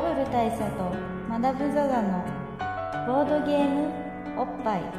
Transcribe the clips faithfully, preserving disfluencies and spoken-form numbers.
ブル大佐とマダム・ザ・ザのボードゲームおっぱい。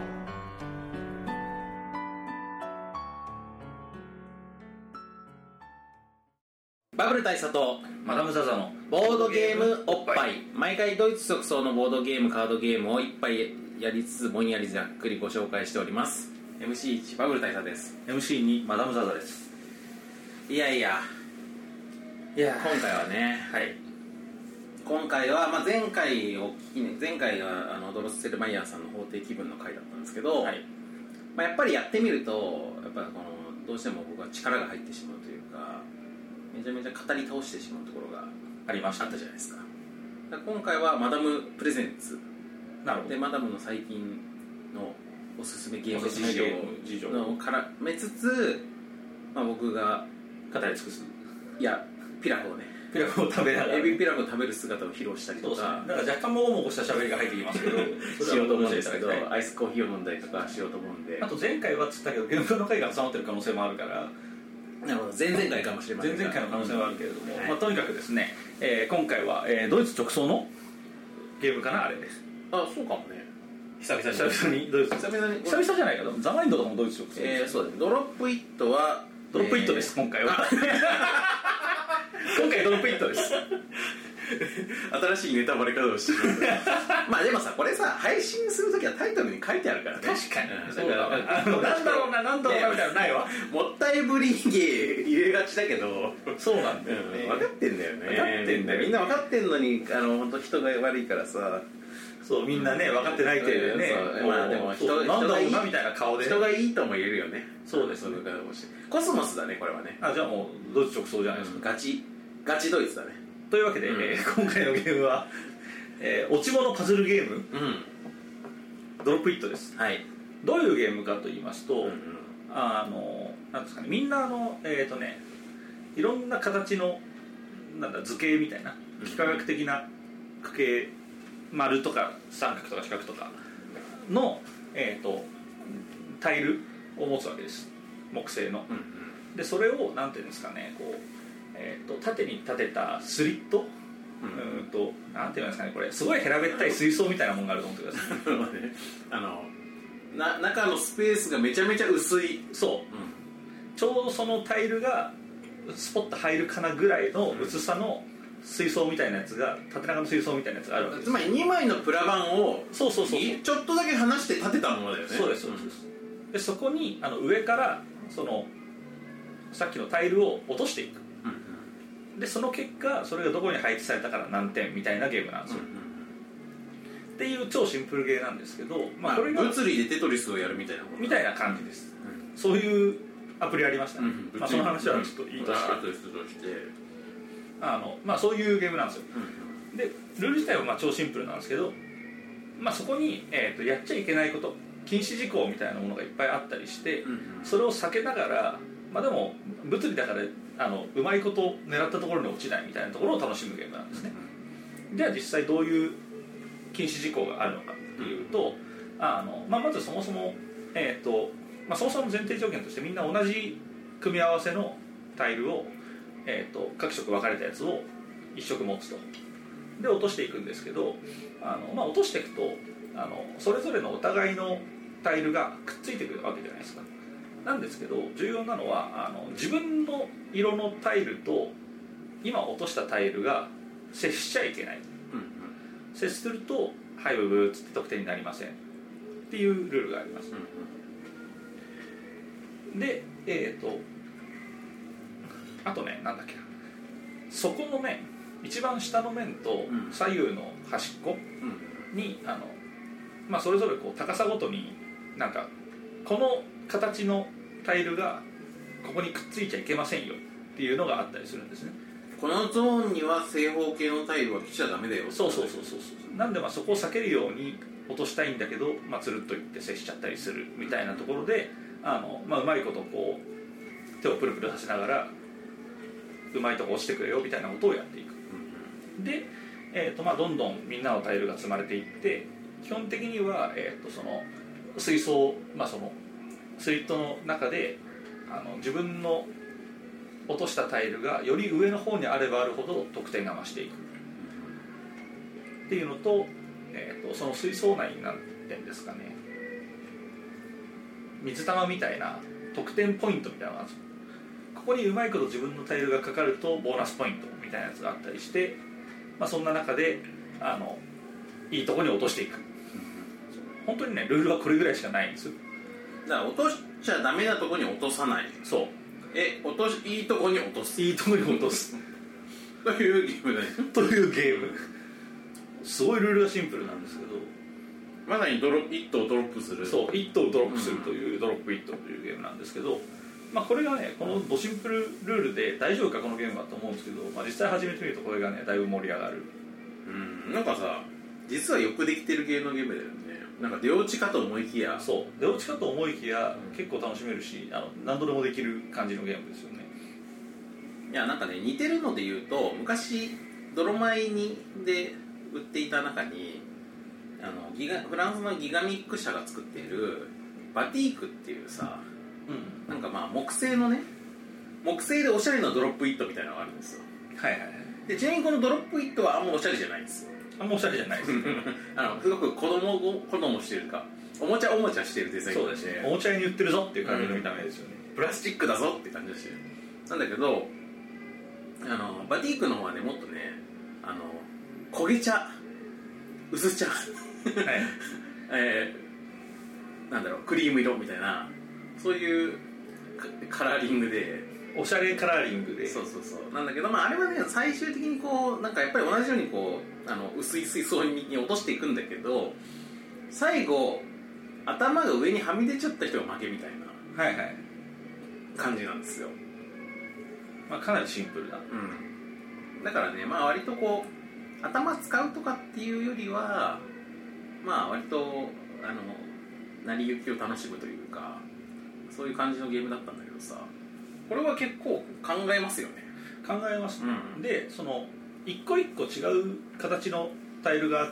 バブル大佐とマダム・ザ・ザのボードゲームおっぱい。毎回ドイツ直送のボードゲームカードゲームを一杯やりつつぼんやりざっくりご紹介しております。 エムシーワン バブル大佐です。 エムシーツー マダム・ザ・ザです。 いやいやいや今回はね、 はい、 今回は、まあ、前回を聞きね前回はあのドロッセルマイヤーさんの法廷気分の回だったんですけど、 はい、 まあ、やっぱりやってみるとやっぱこのどうしても僕は力が入ってしまうというか、めちゃめちゃ語り倒してしまうところがありましたあったじゃないですか。だから今回はマダムプレゼンツなるほどでマダムの最近のおすすめゲーム事事情情を絡めつつ、まあ、僕が語り尽くす、 いやピラフをねピラフを食べながらエビピラフを食べる姿を披露したりとか、 そうですね、だから若干もごもごした喋りが入ってきますけどしようと思うんですけど、 はい、 アイスコーヒーを飲んだりとかしようと思うんで、 あと前回はつったけど現場の回が挟まってる可能性もあるから、 なるほど、前々回かもしれませんが、 前々回の可能性はあるけれども、 はい、 まあ、とにかくですね、えー、今回は、えー、ドイツ直送のゲームかなあれです。 あ、そうかもね。久々に久々にドイツ久々に久々じゃないかな、ザマインドとかもドイツ直送えー、そうですね。ドロップイットはドロップイットです、えー、今回は今回ドロップイットです新しいネタバレ方をしてるまあでもさ、これさ配信するときはタイトルに書いてあるからね。 確かに、 うん、 そうだなんだろうな、なんだろうなみたいなのないわ。 もったいぶりゲー入れがちだけど、 そうなんだよね、 うん、分かってんだよね。 分かってんだよ、 みんな分かってんのに、あの本当人が悪いからさ、 そうみんなね分かってない程度でね、 うん、まあでも人なんだろうなみたいな顔で、 人がいいとも言えるよね。 そうですね、 コスモスだねこれはね。 あ、じゃあもうドイツ直送じゃないですか、 うん、ガチガチドイツだね。 というわけで、うん、えー、今回のゲームは、えー、落ち物パズルゲーム、うん、ドロップイットです。 はい。 どういうゲームかと言いますと、うんうん、あのなんですかね、みんなあのえっ、ー、とねいろんな形のなんだ図形みたいな幾何学的な区形、丸とか三角とか四角とかの、えー、とタイルを持つわけです、木製の、うんうん、でそれをなんていうんですかね、こう、えー、と縦に立てたスリット、うん、うんとなんていうんですかね、これすごい平べったい水槽みたいなものがあると思ってくださいあのな中のスペースがめちゃめちゃ薄い、 そう、うん、ちょうどそのタイルがスポッと入るかなぐらいの薄さの水槽みたいなやつが、縦長の水槽みたいなやつがあるわけです。 つまりにまいのプラ板をそうそうそうちょっとだけ離して立てたものだよね。 そうですそうです、うん、でそこにあの上からそのさっきのタイルを落としていく、うんうん、でその結果それがどこに配置されたから何点みたいなゲームなんですよ、うんうん、っていう超シンプルゲーなんですけど、まあ、これが物理でテトリスをやるみたいなことみたいな感じです、うん、そういうアプリありましたね、うん、まあ、その話はちょっといいとしてあの、まあ、そういうゲームなんですよ、うん、でルール自体はまあ超シンプルなんですけど、まあ、そこに、えーと、やっちゃいけないこと、禁止事項みたいなものがいっぱいあったりして、うん、それを避けながら、まあ、でも物理だからあのうまいこと狙ったところに落ちないみたいなところを楽しむゲームなんですね、うん、では実際どういう禁止事項があるのかっていうと、あの、まあ、まずそもそも、えーとまあ、そもそも前提条件としてみんな同じ組み合わせのタイルをえー、と各色分かれたやつをいっ色持つと、で落としていくんですけど、あの、まあ、落としていくとあのそれぞれのお互いのタイルがくっついてくるわけじゃないですか。なんですけど重要なのはあの自分の色のタイルと今落としたタイルが接しちゃいけない、うんうん、接するとはいブブーっつって得点になりませんっていうルールがあります、うんうん、でえっ、ー、とあとね、なんだっけな、そこの面、一番下の面と左右の端っこに、うん、あのまあ、それぞれこう高さごとになんかこの形のタイルがここにくっついちゃいけませんよっていうのがあったりするんですね。 このゾーンには正方形のタイルは来ちゃダメだよ。 そうそうそうそうそう。なんでまあそこを避けるように落としたいんだけど、まあ、つるっといって接しちゃったりするみたいなところで、あの、まあ、うまいことこう手をプルプルさせながらうまいとこ落ちてくれよみたいなことをやっていく、うん、で、えーとまあ、どんどんみんなのタイルが積まれていって、基本的には、えーとその水槽、まあ、そのスリットの中であの自分の落としたタイルがより上の方にあればあるほど得点が増していくっっていうのと、えー、とその水槽内になんてんですかね、水玉みたいな得点ポイントみたいなのがあるんですよ。ここにうまいこと自分のタイルがかかるとボーナスポイントみたいなやつがあったりして、まあ、そんな中であのいいところに落としていく。本当にねルールはこれぐらいしかないんですよ。 だから落としちゃダメなところに落とさない。 そう、 え落としいいところに落とすいいところに落とすというゲームだねというゲーム。すごいルールがシンプルなんですけど、 まさにドロップイットをドロップする。 そう、イットをドロップするという、うん、ドロップイットというゲームなんですけど、まあ、これがねこのドシンプルルールで大丈夫かこのゲームはと思うんですけど、まあ、実際始めてみるとこれがねだいぶ盛り上がる。 うん、なんかさ実はよくできてる系のゲームだよね。なんか出落ちかと思いきや、 そう出落ちかと思いきや、うん、結構楽しめるし、あの何度でもできる感じのゲームですよね。 いやなんかね似てるので言うと、昔泥米にで売っていた中にあのギガフランスのギガミック社が作っているバティークっていうさ、うん、なんかまあ木製のね木製でおしゃれなドロップイットみたいなのがあるんですよ。 はいはいはい。 でちなみにこのドロップイットはあんまおしゃれじゃないんですよ。 あんまおしゃれじゃないですあのすごく子供を子供してるかおもちゃおもちゃしてるデザインで、 そうですね、おもちゃ屋に売ってるぞっていう感じの見た目ですよね、 うん、プラスチックだぞって感じがしてる。なんだけどあのバティークの方はねもっとねあの焦げ茶薄茶、はいえー、なんだろうクリーム色みたいなそういうカラーリングでおしゃれカラーリングでそうそうそうなんだけど、まあ、あれはね最終的にこうなんかやっぱり同じようにこうあの薄い水槽に落としていくんだけど最後頭が上にはみ出ちゃった人が負けみたいなはいはい感じなんですよ。 まあ、かなりシンプルだ、 うん、だからねまあ割とこう頭使うとかっていうよりはまあ割とあの成り行きを楽しむというかそういう感じのゲームだったんだけどさ、これは結構考えますよね。 考えます、 うん、 でその一個一個違う形のタイルがあって、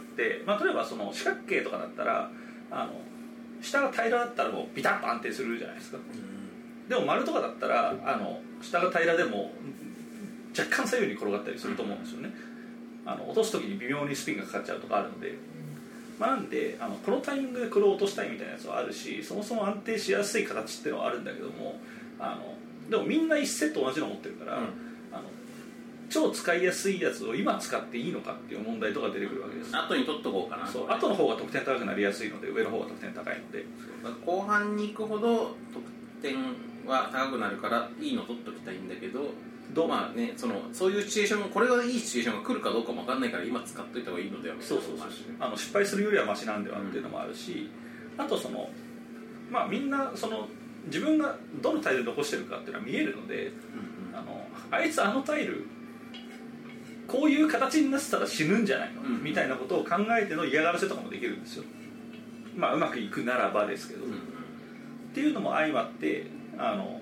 まあ、例えばその四角形とかだったらあの下が平らだったらもうビタッと安定するじゃないですか、うん、でも丸とかだったらあの下が平らでも若干左右に転がったりすると思うんですよね。あの落とす時に微妙にスピンがかかっちゃうとかあるので、まあ、なんであのこのタイミングでこれを落としたいみたいなやつはあるし、そもそも安定しやすい形っていうのはあるんだけども、あのでもみんないちセット同じの持ってるから、うん、あの超使いやすいやつを今使っていいのかっていう問題とか出てくるわけです。 後に取っとこうかな。 そう後の方が得点高くなりやすいので上の方が得点高いので、 後半に行くほど得点は高くなるからいいの取っときたいんだけど、どまあね、そのそういうシチュエーションこれがいいシチュエーションが来るかどうかも分かんないから今使っといた方がいいのではみたいな。 そうそうそうあの失敗するよりはマシなんではっていうのもあるし、うん、あとそのまあみんなその自分がどのタイル残してるかっていうのは見えるので、うんうん、あのあいつあのタイルこういう形になってたら死ぬんじゃないの、うんうん、みたいなことを考えての嫌がらせとかもできるんですよ。まあうまくいくならばですけど、うんうん、っていうのも相まってあの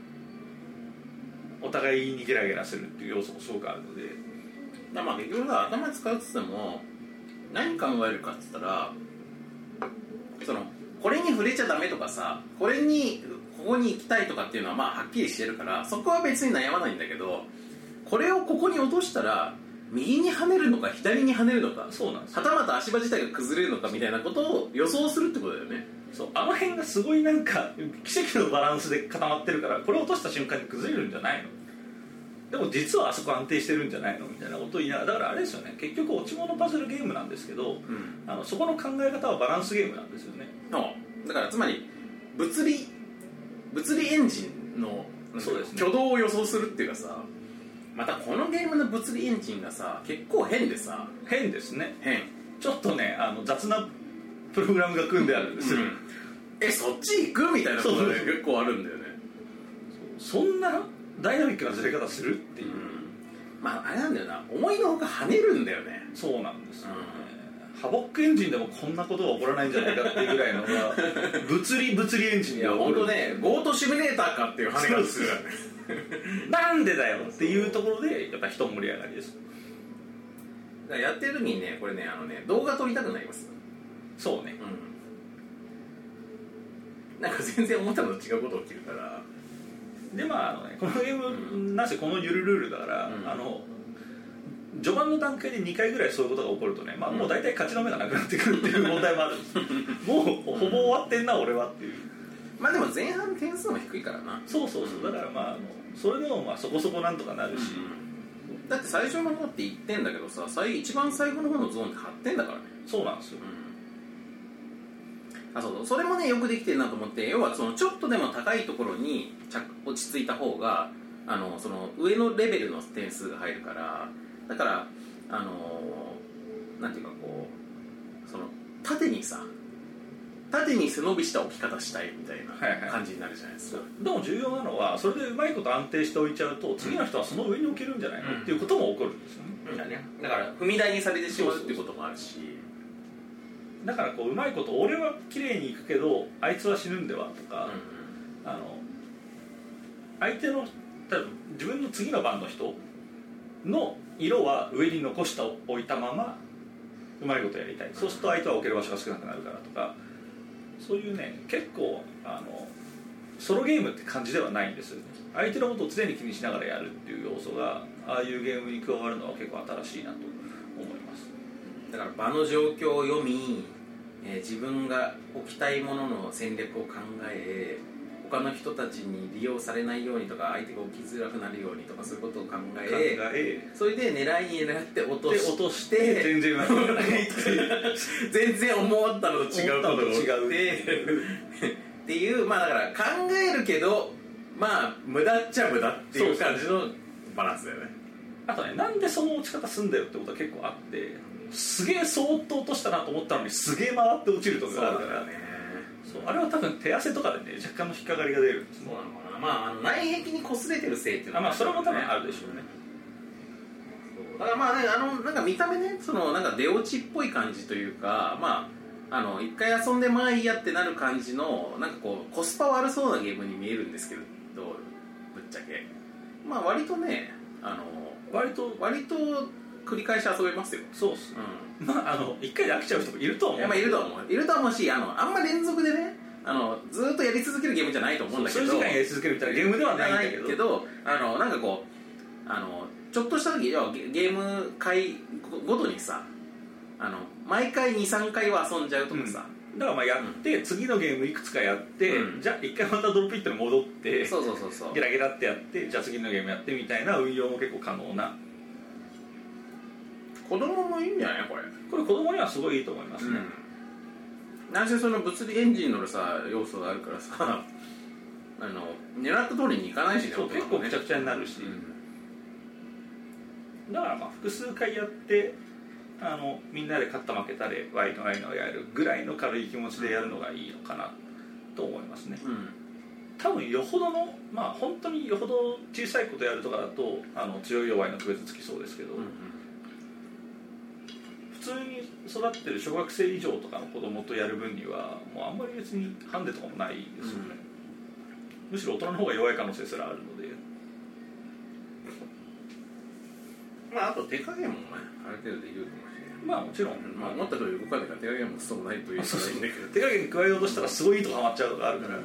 お互いにゲラゲラするっていう要素もすごくあるので、 だまあ結局は頭使うって言っても何考えるかって言ったらそのこれに触れちゃダメとかさこれにここに行きたいとかっていうのはまあはっきりしてるからそこは別に悩まないんだけど、これをここに落としたら右に跳ねるのか左に跳ねるのか、 そうなんですはたまた足場自体が崩れるのかみたいなことを予想するってことだよね。 そうあの辺がすごいなんか奇跡のバランスで固まってるからこれを落とした瞬間に崩れるんじゃないの、でも実はあそこ安定してるんじゃないのみたいなことを言いながら、だからあれですよね結局落ち物パズルゲームなんですけど、うん、あのそこの考え方はバランスゲームなんですよね。 だからつまり物理物理エンジンのそうです、ね、挙動を予想するっていうかさ、またこのゲームの物理エンジンがさ結構変でさ変ですね変ちょっとねあの雑なプログラムが組んであるんですよ、うん、 えそっち行くみたいなことが結構あるんだよね。 そんなダイナミックなずれ方するっていう、うん、 まああれなんだよな思いのほか跳ねるんだよね。 そうなんですよね、うん、ハボックエンジンでもこんなことは起こらないんじゃないかっていうぐらいのが物理物理エンジンが起こる。いや本当ねゴートシミュレーターかっていう跳ね方するよねなんでだよっていうところでやっぱ人盛り上がりです。 だからやってる時にねこれねあのね動画撮りたくなります。 そうね、 うん、なんか全然思ったのと違うこと起きるから。 でまああのねこのゲーム、うん、なぜこのゆるルールだから、うん、あの序盤の段階でにかいぐらいそういうことが起こるとね、まあ、もう大体勝ちの目がなくなってくるっていう問題もあるんですもうほぼ終わってんな俺はっていう。 まあでも前半点数も低いからな。 そうそうそう、だからまああのそれでもまあそこそこなんとかなるし、 うん、だって最初の方っていってんだけどさ、最一番最後の方のゾーンってはってんだからね。 そうなんですよ、 うん、あそうそう、それもねよくできてるなと思って、要はそのちょっとでも高いところに落ち着いた方があのその上のレベルの点数が入るから、だからあのなんていうかこうその縦にさ縦に背伸びした置き方したいみたいな感じになるじゃないですか、はいはい、 でも重要なのはそれでうまいこと安定しておいちゃうと次の人はその上に置けるんじゃないの、うん、っていうことも起こるんですよね、 うん、だね、だから踏み台にされてしまうっていうこともあるし、 だからこううまいこと俺は綺麗にいくけどあいつは死ぬんではとか、うん、あの相手の多分自分の次の番の人の色は上に残しておいたままうまいことやりたい、うん、そうすると相手は置ける場所が少なくなるからとか、そういうね結構あのソロゲームって感じではないんですよね。相手のことを常に気にしながらやるっていう要素がああいうゲームに加わるのは結構新しいなと思います。 だから場の状況を読み、えー、自分が置きたいものの戦略を考え、他の人たちに利用されないようにとか相手が起きづらくなるようにとかそういうことを考え、 考えそれで狙いに狙って落として落として全然うまくいかない全然思ったのと違うことが起きてっていう、まあだから考えるけどまあ無駄っちゃ無駄っていう感じのバランスだよね。 あとね、なんでその落ち方すんだよってことは結構あって、すげえそーっと落としたなと思ったのにすげえ回って落ちるとかがあるからね。そうあれは多分手汗とかでね若干の引っかかりが出るんですね。 そうなのかな、まあ、あの内壁に擦れてるせいっていうのは、 あ、まあそれも多分あるでしょうね。 だからまあね、あのなんか見た目ね、そのなんか出落ちっぽい感じというか、まああの一回遊んでまあいいやってなる感じのなんかこうコスパ悪そうなゲームに見えるんですけど、ぶっちゃけまあ割とね、あの割と割と繰り返し遊べますよ。 そうっす、うん、まああの一回で飽きちゃう人もいると思う。 いや、まあいると思ういると思うし、あのあんま連続でね、あのずーっとやり続けるゲームじゃないと思うんだけど、 そういう時間やり続けるみたいなゲームではないんだけど、 あのなんかこうあのちょっとした時はゲーム会ごとにさ、あの毎回 にさんかいは遊んじゃうとかさ、 うん、だからまあやって、うん、次のゲームいくつかやって、うん、じゃあ一回またドロップヒットに戻ってそうそうそうそうゲラゲラってやって、じゃあ次のゲームやってみたいな運用も結構可能な。 子供もいいんじゃないこれ。 これ子供にはすごいいいと思いますね、 うん、なんせその物理エンジンのさ要素があるからさあの狙った通りにいかないしね。 そう、結構くちゃくちゃになるし、うん、だからまあ複数回やってあのみんなで勝った負けたでワイのワイのやるぐらいの軽い気持ちでやるのがいいのかなと思いますね、うん、多分よほどのまあ本当によほど小さいことやるとかだとあの強い弱いの区別つきそうですけど、うんうん、普通に育ってる小学生以上とかの子供とやる分にはもうあんまり別にハンデとかもないですよね、うん、むしろ大人の方が弱い可能性すらあるので、 まああと手加減もねある程度できるかもしれない。 まあもちろん、 まあ、思った通り動かないから手加減もそうないというそうそう手加減に加えようとしたらすごいいいとこハマっちゃうとかあるから、うん、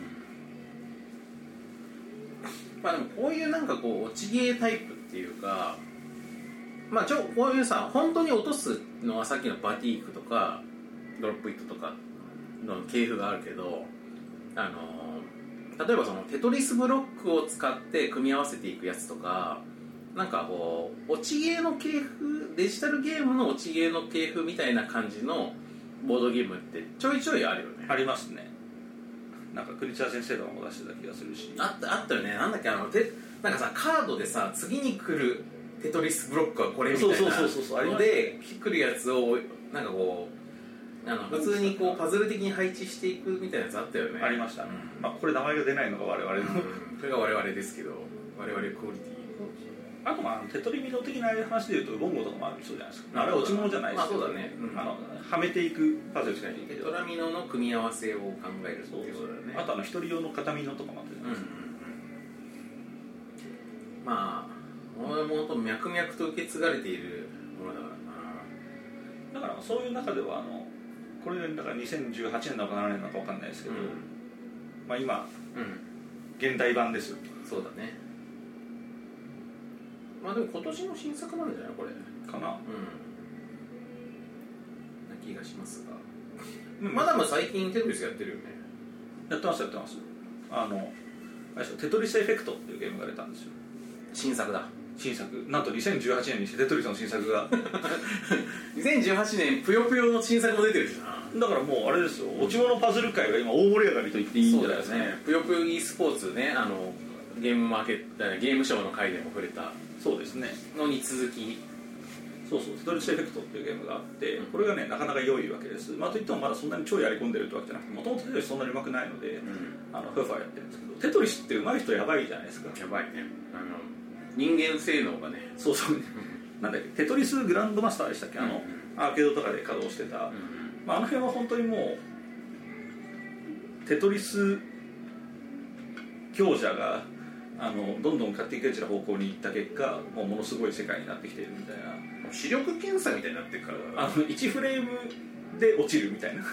まあでもこういうなんかこう落ちゲータイプっていうか、まあちょこういうさ本当に落とすのはさっきのバティークとかドロップイットとかの系譜があるけど、あの例えばそのテトリスブロックを使って組み合わせていくやつとか、なんかこう落ちゲーの系譜、デジタルゲームの落ちゲーの系譜みたいな感じのボードゲームってちょいちょいあるよね。 ありますね。なんかクリチャー先生とかも出してた気がするし、 あったあったよね。なんだっけ、あのてなんかさカードでさ次に来るテトリスブロックはこれみたいなので来るやつをなんかこうあの普通にこうパズル的に配置していくみたいなやつあったよね。 ありました、うん、まあこれ名前が出ないのが我々の、うん、 これが我々ですけど、我々クオリティ。 あとまあテトリミノ的な話でいうとボンゴとかもあるそうじゃないですか。あれは落ち物じゃないですけど、 まあそうだね、うん、 あのはめていくパズルしかないけど、 テトラミノの組み合わせを考えるっていうことだね。 あとあの一人用の片ミノとかもあったじゃないですか、 うんうん、まあこれも本当脈々と受け継がれているものだからな。 だからそういう中ではあのこれだからにせんじゅうはちねんなのかななねんなのか分かんないですけど、うん、まあ今、うん、現代版ですよ。 そうだね。まあでも今年の新作なんじゃないこれ。 かな、 うん、な気がしますが、 うん、 マダム最近テトリスやってるよね。 やってますやってます。あのあれでしょ、テトリスエフェクトっていうゲームが出たんですよ。 新作だ。 新作、なんとにせんじゅうはちねんにしてテトリスの新作がにせんじゅうはちねんぷよぷよの新作も出てるしな。 だからもうあれですよ、落ち物パズル界が今大盛り上がりと言っていいんじゃないですかね。 ぷよぷよ e スポーツね、あのゲームマーケットゲームショーの回でも触れたそうですねのに続き、 そうそう、テトリスエフェクトっていうゲームがあって、これがねなかなか良いわけです。まあといってもまだそんなに超やり込んでるってわけじゃなくて、もともとテトリスそんなに上手くないので、うん、あのふわふわやってるんですけど、テトリスって上手い人やばいじゃないですか。 やばいね、あの人間性能がね、 そうそう、なんだっけ、テトリスグランドマスターでしたっけ、あの、うん、アーケードとかで稼働してた、うん、まあ、あの辺は本当にもうテトリス強者があのどんどんカッティングエッジな方向に行った結果、もうものすごい世界になってきているみたいな、 視力検査みたいになってるから、 あのいちフレームで落ちるみたいな、うん、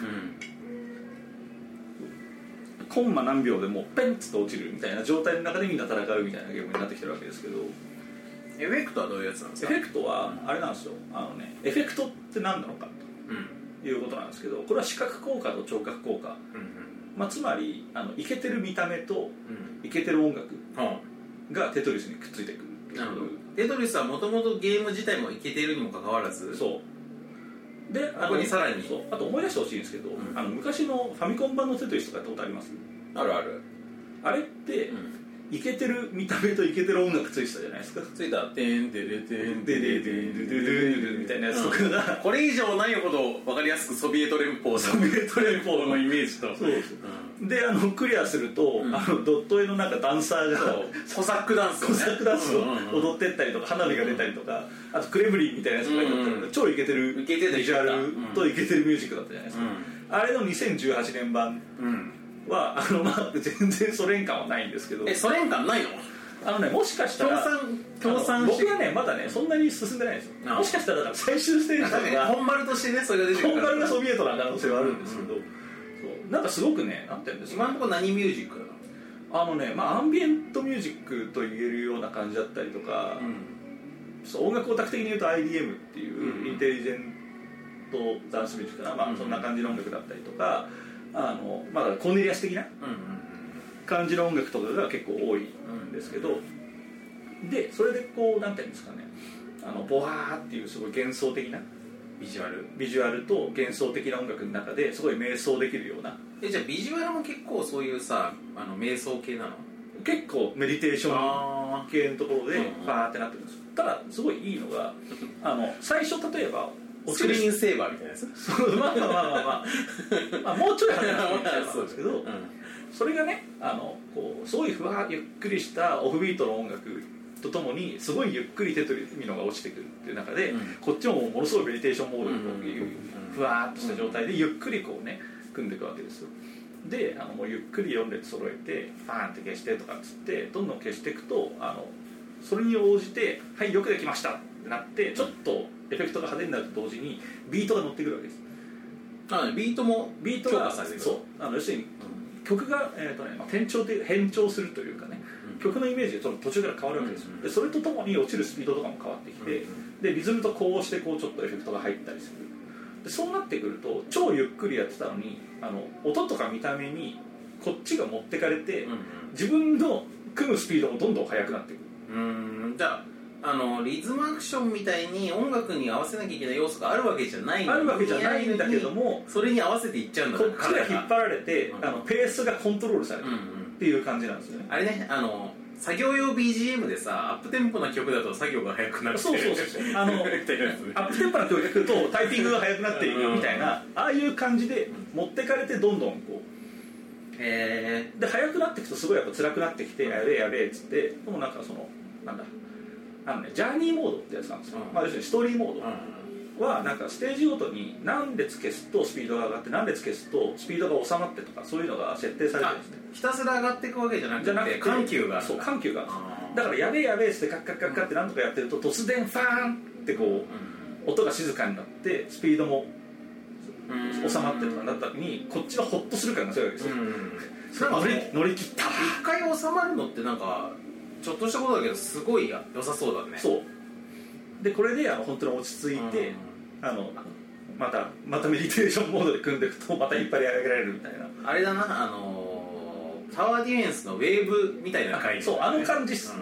コンマ何秒でもうペンツと落ちるみたいな状態の中でみんな戦うみたいなゲームになってきてるわけですけど、 エフェクトはどういうやつなんですか？ エフェクトはあれなんですよ、あのね、エフェクトって何なのかということなんですけど、これは視覚効果と聴覚効果、うんうん、まあ、つまりあのイケてる見た目とイケてる音楽がテトリスにくっついてくるっていう。 なるほど。テトリスはもともとゲーム自体もイケてるにもかかわらず、 そうで、 ここにさらにそう、あと思い出してほしいんですけど、うん、あの昔のファミコン版のテトリスとかやったことあります？ あるある。 あれって、うん、イケてる見た目とイケてる音楽ついてたじゃないですか。 ついた。てんてれてんてれてんてれてんみたいなやつとかが、うん、これ以上ないほど分かりやすくソビエト連邦のソビエト連邦のイメージと、 そうそう、うん、であのクリアすると、うん、あのドット絵のなんかダンサーがコサックダンスを、ね、 コサックダンスを踊ってったりとか、花火が出たりとか、あとクレムリンみたいなやつが書いてあったので、超イケてるビジュアルとイケてるミュージックだったじゃないですか、うん、あれのにせんじゅうはちねん版は、あの、まあ、全然ソ連感はないんですけど。 え、ソ連感ないの？ あのね、もしかしたら共産共産僕はねまだねそんなに進んでないんですよ。もしかしたらだから最終ステージとか、 ね、本丸としてねそれが出てくるから、 本丸がソビエトな可能性はあるんですけど、うんうん、そうなんかすごくねなんていうんですか、 今のところ何ミュージックなの？ あのね、まあアンビエントミュージックと言えるような感じだったりとか、うん、そう音楽オタク的に言うと アイディーエム っていうインテリジェントダンスミュージックかな、まあそんな感じの音楽だったりとか、あのまあコーネリアス的な感じの音楽とかが結構多いんですけど、でそれでこうなんていうんですかね、あのボワーっていうすごい幻想的なビジュアルビジュアルと幻想的な音楽の中ですごい瞑想できるような。 え、じゃあビジュアルも結構そういうさ、あの瞑想系なの？ 結構メディテーション系のところでバーってなってるんですよ。ただすごいいいのがあの最初例えばスクリーンセーバーみたいなやつまあまあまあまあ、まあ、まあもうちょい離れてみたいなんですけど、うん、それがねあのこうすごいふわゆっくりしたオフビートの音楽とともにすごいゆっくりテトリミノが落ちてくるっていう中で、うん、こっちもものすごいメディテーションモードというふわっとした状態でゆっくりこうね組んでいくわけですよ。であのもうゆっくりよん列揃えてバーンって消してとかっつってどんどん消していくとあのそれに応じてはいよくできましたってなってちょっとエフェクトが派手になると同時にビートが乗ってくるわけです。 あビートもビートがそうあの要するに曲が、えーとねまあ、転調で変調するというかね、うん、曲のイメージがその途中から変わるわけですよ、うん、でそれとともに落ちるスピードとかも変わってきて、うん、でリズムとこうしてこうちょっとエフェクトが入ったりする。でそうなってくると超ゆっくりやってたのにあの音とか見た目にこっちが持ってかれて、うんうん、自分の組むスピードもどんどん速くなってくる。 うーんじゃああのリズムアクションみたいに音楽に合わせなきゃいけない要素があるわけじゃないあるわけじゃないんだけどもそれに合わせていっちゃうんだこっちが引っ張られて、うん、あのペースがコントロールされてるっていう感じなんですよね、 うんうん、あれねあの作業用 ビージーエム でさアップテンポな曲だと作業が速くなるそうそうそうあのアップテンポな曲だとタイピングが速くなっていくみたいなああいう感じで持ってかれてどんどんこうへえで速くなっていくとすごいやっぱ辛くなってきてやべえやべえっつってでもなんかそのなんだあのね、ジャーニーモードってやつなんですよ、うんまあ、要するにストーリーモードはなんかステージごとに何列消すとスピードが上がって何列消すとスピードが収まってとかそういうのが設定されてるんですね。 ひたすら上がっていくわけじゃなくて緩急があるそう緩急があるんですだからやべえやべえっつってカッカッカッカッってなんとかやってると突然ファーンってこう、うん、音が静かになってスピードも収まってとかなった時にこっちのホッとする感が強いわけですよ、うん、乗り乗り切った一回収まるのってなんかちょっとしたことだけどすごい良さそうだね。 そうでこれであの本当に落ち着いて、うん、あのまたまたメディテーションモードで組んでいくとまた引っ張り上げられるみたいな。 あれだな、あのー、タワーディフェンスのウェーブみたいな回、 ね、そうあの感じっすね、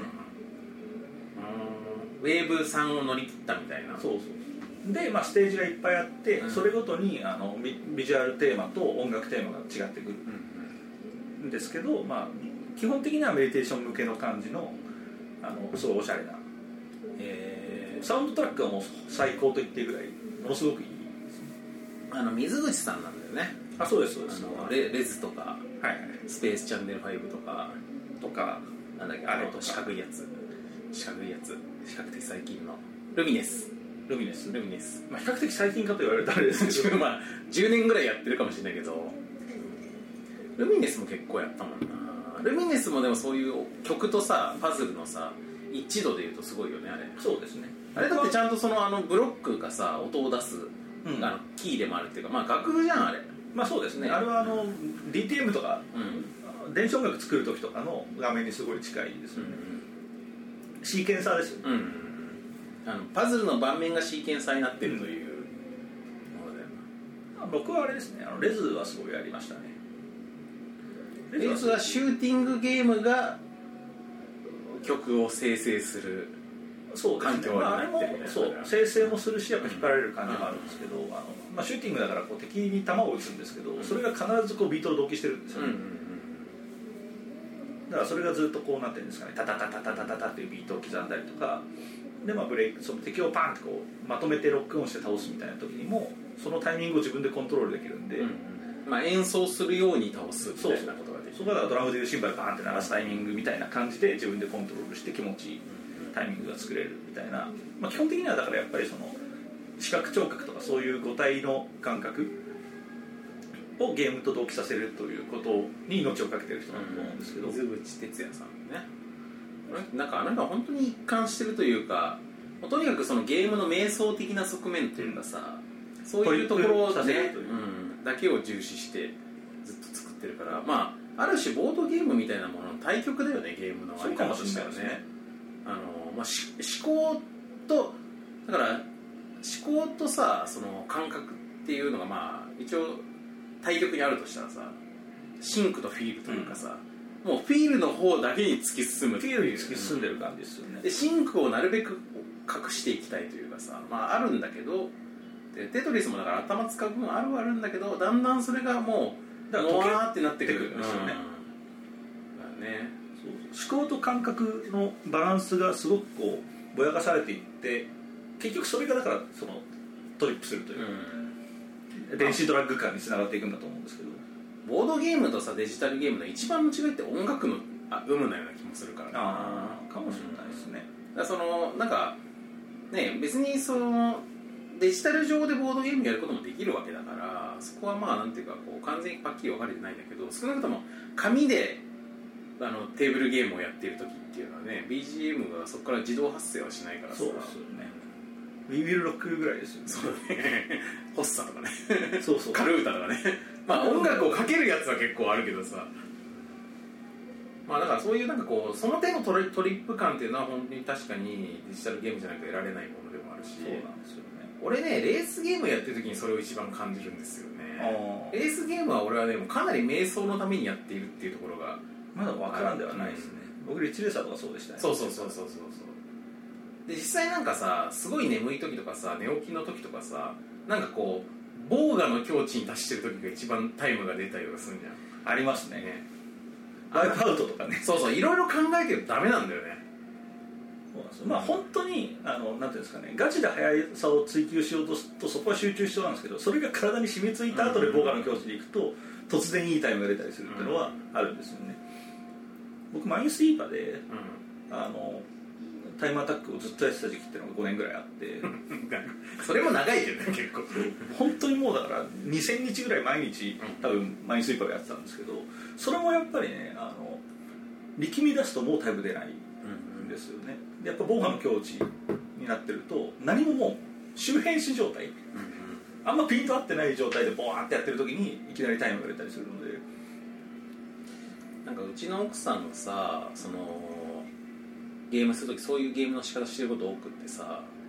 うん、ウェーブさんを乗り切ったみたいな。 そうそうで、まあ、ステージがいっぱいあって、うん、それごとにあの ビ, ビジュアルテーマと音楽テーマが違ってくるんですけど、まあ、基本的にはメディテーション向けの感じの、あのすごいおしゃれな、えー、サウンドトラックはもう最高と言っていいぐらいものすごくいいですね。 あの水口さんなんだよね。 あ、そうですそうです。 あの レ, レズとか、 はいはい、 スペースチャンネルファイブとかとかなんだっけ、あれと四角いやつ四角いやつ比較的最近のルミネスルミネスルミネス、 まあ、比較的最近かと言われたらあれですけどまあじゅうねんぐらいやってるかもしれないけど、ルミネスも結構やったもんな。ルミネスもでもそういう曲とさパズルのさ一致度でいうとすごいよねあれ。 そうですね。 あれだってちゃんとそのあのブロックがさ音を出す、うん、あのキーでもあるっていうか、まあ楽譜じゃんあれ。 まあそうですね、あれはあの ディーティーエム とか、うん、電子音楽作る時とかの画面にすごい近いですよね、うんうん、シーケンサーですよね、うんあのパズルの盤面がシーケンサーになってるというものだよな、うん、僕はあれですね、あのレズはすごいやりましたね。 レズはシューティングゲームが曲を生成する環境になってる、ね、 まあ、あれもそう生成もするしやっぱ引っ張られる感じもあるんですけど、うん、あのまあ、シューティングだからこう敵に弾を撃つんですけど、うん、それが必ずこうビートと同期してるんですよね、うんうんうん、だからそれがずっとこうなってるんですかね、タタタタタタタタっていうビートを刻んだりとかで、まあ、ブレイクその敵をパンってこうまとめてロックオンして倒すみたいな時にもそのタイミングを自分でコントロールできるんで、うんうん、 まあ、演奏するように倒すみたいなことができる。 そうだからドラムでいうシンバルバーンって鳴らすタイミングみたいな感じで自分でコントロールして気持ちいいタイミングが作れるみたいな、まあ、基本的にはだからやっぱりその視覚聴覚とかそういう五体の感覚をゲームと同期させるということに命をかけてる人だと思うんですけど、 水口哲也さんね、なんかあの人は本当に一貫してるというか、とにかくそのゲームの瞑想的な側面というかさ、そういうところをね、うん、だけを重視してずっと作ってるから、まあある種ボードゲームみたいなものの対極だよね、ゲームのあり方としてはね。あの、まあ、し思考とだから思考とさ、その感覚っていうのがまあ一応対極にあるとしたらさ、シンクとフィールというかさ、うん、もうフィールの方だけに突き進むっていう、 フィールに突き進んでる感じですよね。 でシンクをなるべく隠していきたいというかさ、まああるんだけど、でテトリスもだから頭使う分あるはあるんだけど、だんだんそれがもうだからノワーってなってくるんですよね、うん、だからね、 思考と感覚のバランスがすごくこうぼやかされていって、結局それがだからそのトリップするというか、うん、電子ドラッグ感につながっていくんだと思うんですけど、 ボードゲームとさデジタルゲームの一番の違いって音楽の有無なような気もするから、 ああかもしれないですね、 うん、だからそのなんかね、別にそのデジタル上でボードゲームやることもできるわけだから、そこはまあなんていうかこう完全にパッキリ分かれてないんだけど、少なくとも紙であのテーブルゲームをやっている時っていうのはね、 ビージーエム がそこから自動発生はしないからさ。 そうですよね、ウィービルロックぐらいですよね。 そうねホッサとかねそうそうカルータとかねまあ音楽をかけるやつは結構あるけどさ、まあだからそういうなんかこうその手のトリ、トリップ感っていうのは本当に確かにデジタルゲームじゃないと得られないものでもあるし、 そうなんですよね。 俺ねレースゲームやってる時にそれを一番感じるんですよね。レースゲームは俺はでもかなり瞑想のためにやっているっていうところがまだ分からんではないですね、うん、僕リッチレーサーとかそうでしたね。 そうそうそうそうそうそうで、実際なんかさすごい眠い時とかさ寝起きの時とかさ、なんかこうボーガの境地に達してる時が一番タイムが出たりとかするんじゃん。 ありますね、ね、ワイプアウトとかね。 そうそう、いろいろ考えてるとダメなんだよね。 そうなんですよ。まあ本当にあのなんていうんですかね、ガチで速さを追求しようとするとそこは集中しそうなんですけど、それが体に染みついた後でボーガの境地でいくと突然いいタイムが出たりするっていうのはあるんですよね。僕マインスイーパーで、うん、あのタイムアタックをずっとやってた時期っていうのがごねんぐらいあってそれも長いけどね結構本当にもうだからにせんにちぐらい毎日多分マインスイーパーをやってたんですけど、それもやっぱりねあの力み出すともうタイム出ないんですよね。でやっぱボーガの境地になってると何ももう周辺視状態、うんうん、あんまピント合ってない状態でボーンってやってる時にいきなりタイムが出たりするので、 なんかうちの奥さんがさそのゲームするときそういうゲームの仕方してること多くってさ、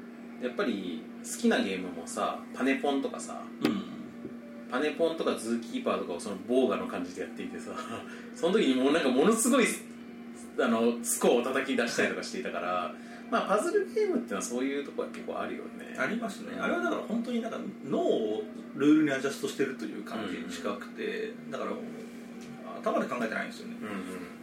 やっぱり好きなゲームもさパネポンとかさ、うん、パネポンとかズーキーパーとかをそのボーガの感じでやっていてさその時にもうなんかものすごいあのスコアを叩き出したりとかしていたからまあパズルゲームってのはそういうところは結構あるよね。 ありますね。あれはだから本当になんか脳をルールにアジャストしてるという感じに近くて、うん、だから頭で考えてないんですよね、うんうん、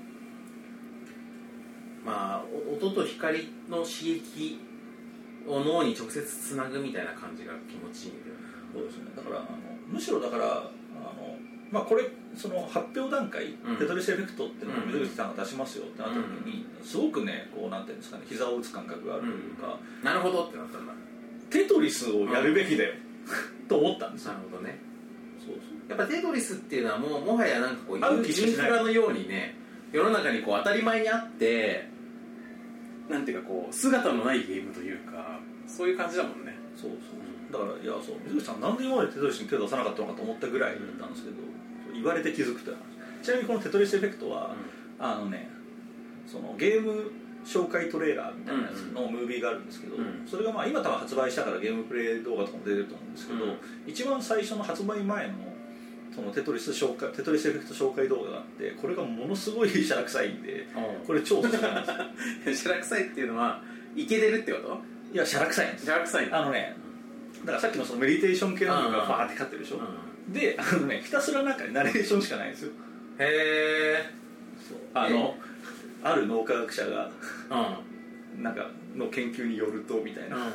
まあ音と光の刺激を脳に直接つなぐみたいな感じが気持ちいいんだよね。 そうですね。だからあのむしろだからあの、まあ、これその発表段階、うん、テトリスエフェクトっていうのを水口さんが出しますよってなった時に、うん、すごくねこうなんていうんですかね膝を打つ感覚があるというか、 うん、なるほどってなったんだ。 テトリスをやるべきだよ、うん、と思ったんですよ。 なるほどね。 そうそう。 やっぱテトリスっていうのはもうもはやなんかこうインフラのようにね世の中にこう当たり前にあってなんていうかこう姿のないゲームというかそういう感じだもんね。 そうそう。だからいやそう水口さんなんで今までテトリスに手を出さなかったのかと思ったぐらいだったんですけど、うん、言われて気づくという話。ちなみにこのテトリスエフェクトは、うん、あのねそのゲーム紹介トレーラーみたいなやつのムービーがあるんですけど、うん、それがまあ今多分発売したからゲームプレイ動画とかも出てると思うんですけど、うん、一番最初の発売前のそのテトリス紹介テトリスエフェクト紹介動画があってこれがものすごいシャラ臭いんで、うん、これ超おすすめなんですよシャラ臭いっていうのはイケてるってこと？ いやシャラ臭いんです。 シャラ臭いあのねだからさっきのそのメディテーション系ののがファーって勝ってるでしょ、うん、であのねひたすらなんかナレーションしかないんですよ。 へえ。 あのある脳科学者が、うん、なんかの研究によるとみたいな、うんうん、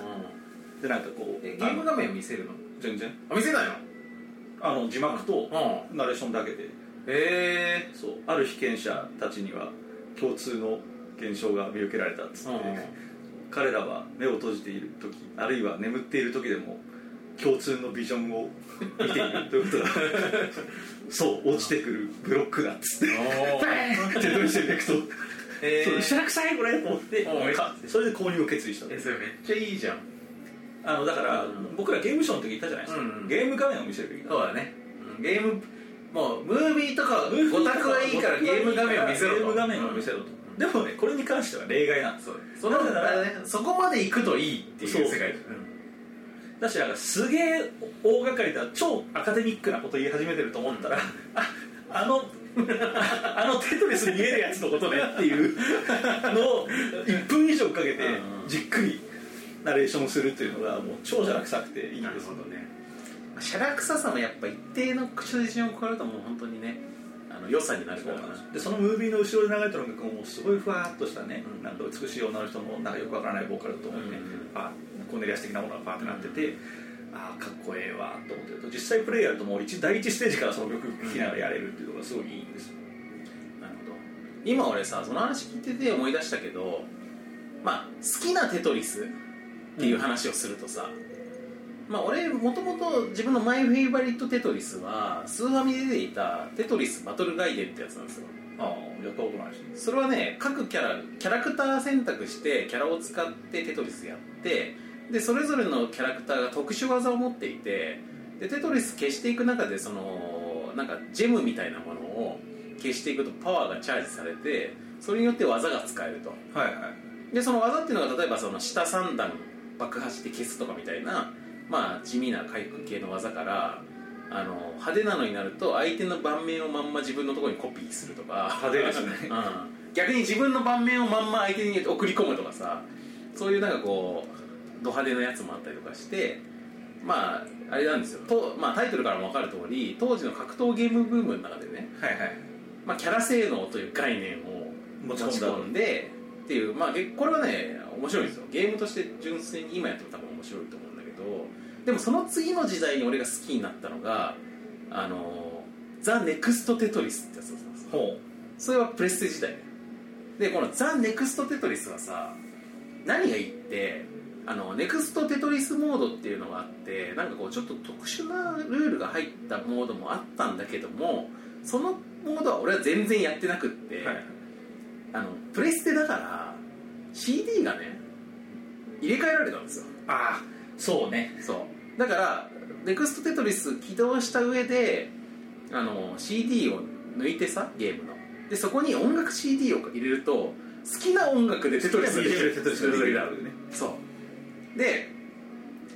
でなんかこうえゲーム画面を見せるの？ 全然あ見せないの？ あの字幕とナレーションだけで、へえ。 そうある被験者たちには共通の現象が見受けられたっつって、うんうん、彼らは目を閉じている時あるいは眠っている時でも共通のビジョンを見ているということがそう落ちてくるブロックだっつってバーンテトリスエフェクトえー、しゃらくさいこれと思ってそれで購入を決意した。 えそれめっちゃいいじゃん。 あのだから、うん、僕らゲームショーの時言ったじゃないですか、うんうん、ゲーム画面を見せるべきだ。 そうだね、うん、ゲームもうムービーとかご択はいいからゲーム画面を見せろと。 ゲーム画面を見せろと、うん、でもねこれに関しては例外なんです。 そのだから、ね、そこまで行くといいっていう世界です。 だしなんかすげえ大掛かりだ超アカデミックなこと言い始めてると思ったら、うん、ああのあのテトリス見えるやつのことねっていうのをいっぷん以上かけてじっくりナレーションするっていうのがもう超シャラ臭くていいんですよ。なるほどね。 シャラ臭さもやっぱ一定の水準を超えるともう本当にねあの良さになるからな。 でそのムービーの後ろで流れてる音楽ももうすごいふわっとしたね、うん、なんか美しい女の人のなんかよくわからないボーカルと思って、うん、あコネリアス的なものがパーってなってて、うん、あかっこええわと思ってると実際プレイやるともう一第一ステージからその曲聴きながらやれるっていうのがすごいいいんですよ。 なるほど。今俺さその話聞いてて思い出したけどまあ好きなテトリスっていう話をするとさ、うん、まあ俺もともと自分のマイフェイバリットテトリスはスーファミで出ていたテトリスバトルガイデンってやつなんですよ。 ああやったことないですね。 それはね各キャラキャラクター選択してキャラを使ってテトリスやってでそれぞれのキャラクターが特殊技を持っていてでテトリス消していく中でそのなんかジェムみたいなものを消していくとパワーがチャージされてそれによって技が使えると。 はいはい。 でその技っていうのが例えばその下さん段爆破して消すとかみたいなまあ地味な回復系の技からあの派手なのになると相手の盤面をまんま自分のところにコピーするとか派手ですね、 うん、逆に自分の盤面をまんま相手に送り込むとかさそういうなんかこうド派手なやつもあったりとかしてまああれなんですよと、まあ、タイトルからも分かる通り当時の格闘ゲームブームの中でね、 はいはいまあ、キャラ性能という概念を持ち込んでっていう、まあ、これはね面白いんですよ。ゲームとして純粋に今やっても多分面白いと思うんだけどでもその次の時代に俺が好きになったのがあのザ・ネクスト・テトリスってやつなんですよ。ほうそれはプレステ時代ね。でこのザ・ネクスト・テトリスはさ何がいいってあのネクスト・テトリスモードっていうのがあってなんかこうちょっと特殊なルールが入ったモードもあったんだけどもそのモードは俺は全然やってなくって、はい、あのプレステだから シーディー がね入れ替えられたんですよ。 ああそうね。 そうだからネクストテトリス起動した上であの シーディー を抜いてさゲームのでそこに音楽 シーディー を入れると好きな音楽でテトリスができる。 テトリスができる。 そうで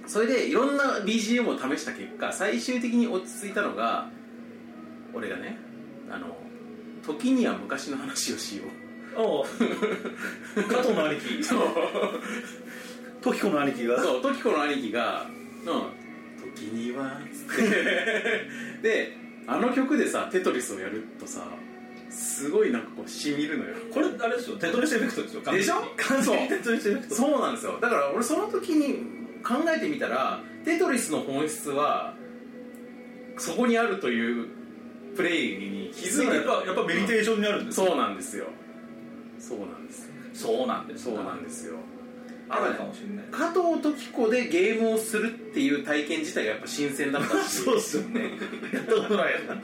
それでいろんな ビージーエム を試した結果最終的に落ち着いたのが俺がねあの時には昔の話をしようおう加藤の兄貴そう時子の兄貴がそう時子の兄貴がの時にはつってであの曲でさテトリスをやるとさすごいなんかこうしみるのよ。 これあれですよテトリスエフェクトですよ。 でしょ完全にテトリスエフェクト。 そうなんですよ。だから俺その時に考えてみたらテトリスの本質はそこにあるというプレイに気づいてやっぱやっぱメディテーションにあるんですよ。 そうなんですよそうなんですそうなんですそうなんですよ。 あるかもしれない。 加藤時子でゲームをするっていう体験自体がやっぱ新鮮だったしそうっすよねやったことないやつ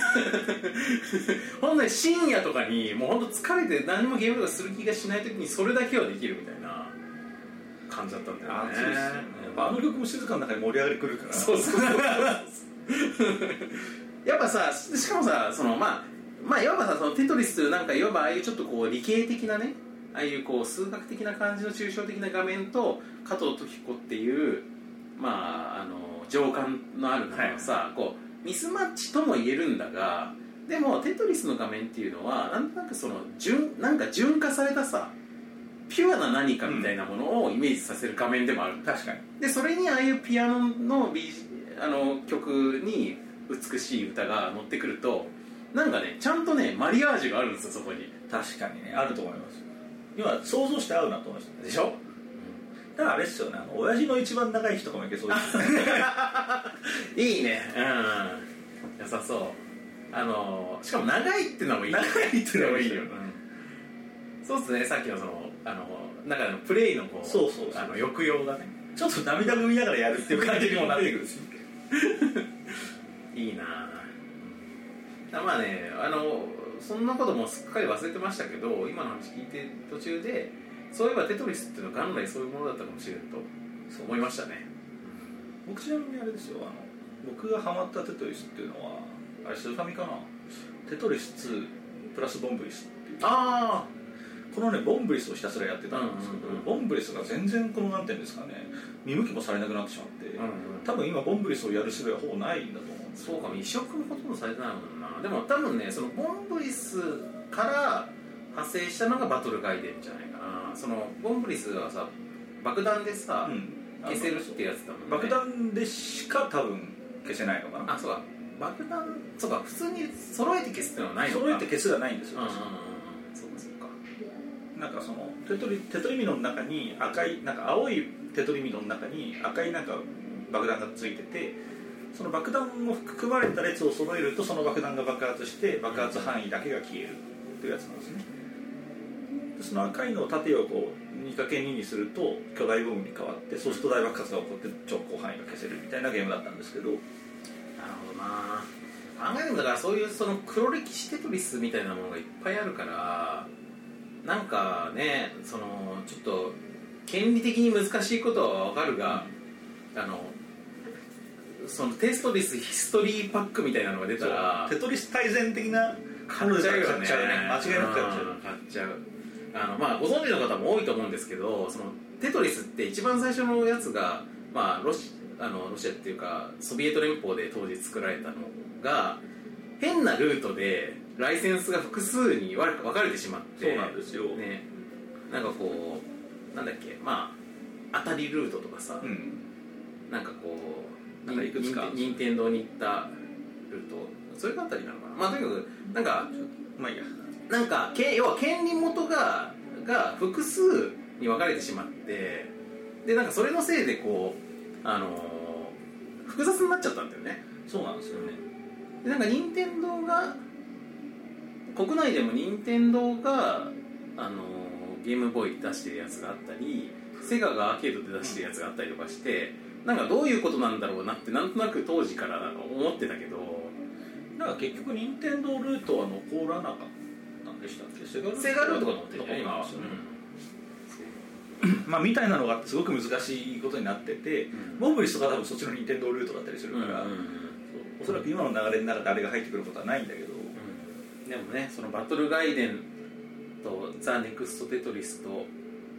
ほんとに深夜とかにもうほんと疲れて何もゲームとかする気がしない時にそれだけはできるみたいな感じだったんだよね。 あっちですよね。あの曲も静かの中に盛り上がりくるからそうそうそうやっぱさしかもさそのまあまあいわばさそのテトリスというなんかいわばああいうちょっとこう理系的なねああいうこう数学的な感じの抽象的な画面と加藤時子っていうまああの情感のあるのがさ、はい、こうミスマッチとも言えるんだがでもテトリスの画面っていうのはなんとなくその純なんか純化されたさピュアな何かみたいなものをイメージさせる画面でもある、うん、 確かに。 でそれにああいうピアノの、B、あの曲に美しい歌が乗ってくるとなんかねちゃんとねマリアージュがあるんですよそこに。確かにねあると思います。今想像して合うなと思いましたでしょ、 うん、だからあれっすよねあの親父の一番長い日とかもいけそうですいいねうん良さそうあのしかも長いってのもいい長いってのもいいよ、 うん、そうっすねさっきのそのあの中のプレイのこうそうそうそうあの抑揚がねちょっと涙ぐみながらやるっていう感じにもなってくるんですよいいなあまあねあのそんなこともすっかり忘れてましたけど今の話聞いて途中でそういえばテトリスっていうのは元来そういうものだったかもしれんとそう思いましたね。 僕ちなみにあれですよあの僕がハマったテトリスっていうのはあれスーファミかなテトリスツープラスボンブリスっていうあこのねボンブリスをひたすらやってたんですけど、うんうんうん、ボンブリスが全然このなんていうんですかね見向きもされなくなってしまって、うんうん、多分今ボンブリスをやる術はほぼないんだと思うんです。 そうかも移植もほとんどされてないもんな。でも多分ねそのボンブリスから派生したのがバトルガイデンじゃないかな。そのボンブリスはさ爆弾でさ、うん、消せるってやつだもんね。 爆弾でしか多分消せないのかな。 あそうか爆弾そうか普通に揃えて消すってのはないのか。 揃えて消すがないんですよ、 うんうんうん、そうかそうか。 なんかそのテトリテトリミノの中に赤いなんか青いテトリミノの中に赤いなんか爆弾がついててその爆弾も含まれた列を揃えるとその爆弾が爆発して爆発範囲だけが消えるというやつなんですね。でその赤いのを縦をこう にかけるに にすると巨大ボムに変わってそうすると大爆発が起こって直行範囲が消せるみたいなゲームだったんですけど。 なるほどな。考えてもだからそういうその黒歴史テトリスみたいなものがいっぱいあるからなんかねそのちょっと権利的に難しいことは分かるが、うん、あのそのテストリスヒストリーパックみたいなのが出たらテトリス大全的な買っちゃうよね。 間違いなく買っちゃう。 買っちゃう。あのまあご存知の方も多いと思うんですけどそのテトリスって一番最初のやつがまあロシあのロシアっていうかソビエト連邦で当時作られたのが変なルートでライセンスが複数に分かれてしまってそうなんですよ、 ね、なんかこうなんだっけまあ当たりルートとかさ、うん、なんかこうなんかいくつか任天堂に行ったルートそういうあたりなのかなまあとにかくなんかまあいいやなんか要は権利元がが複数に分かれてしまってでなんかそれのせいでこうあのー、複雑になっちゃったんだよね。 そうなんですよね。 でなんか任天堂が国内でも任天堂が、あのー、ゲームボーイ出してるやつがあったりセガがアーケードで出してるやつがあったりとかしてなんかどういうことなんだろうなってなんとなく当時から思ってたけどなんか結局任天堂ルートは残らなかったんでしたっけ。セガルートが乗ってるね今は、 うん、まあみたいなのがすごく難しいことになってて、うん、モンブリスとか多分そっちの任天堂ルートだったりするから、うんうんうん、おそらく今の流れの中であれが入ってくることはないんだけど、 うん、でもねそのバトルガイデンとザ・ネクスト・テトリスと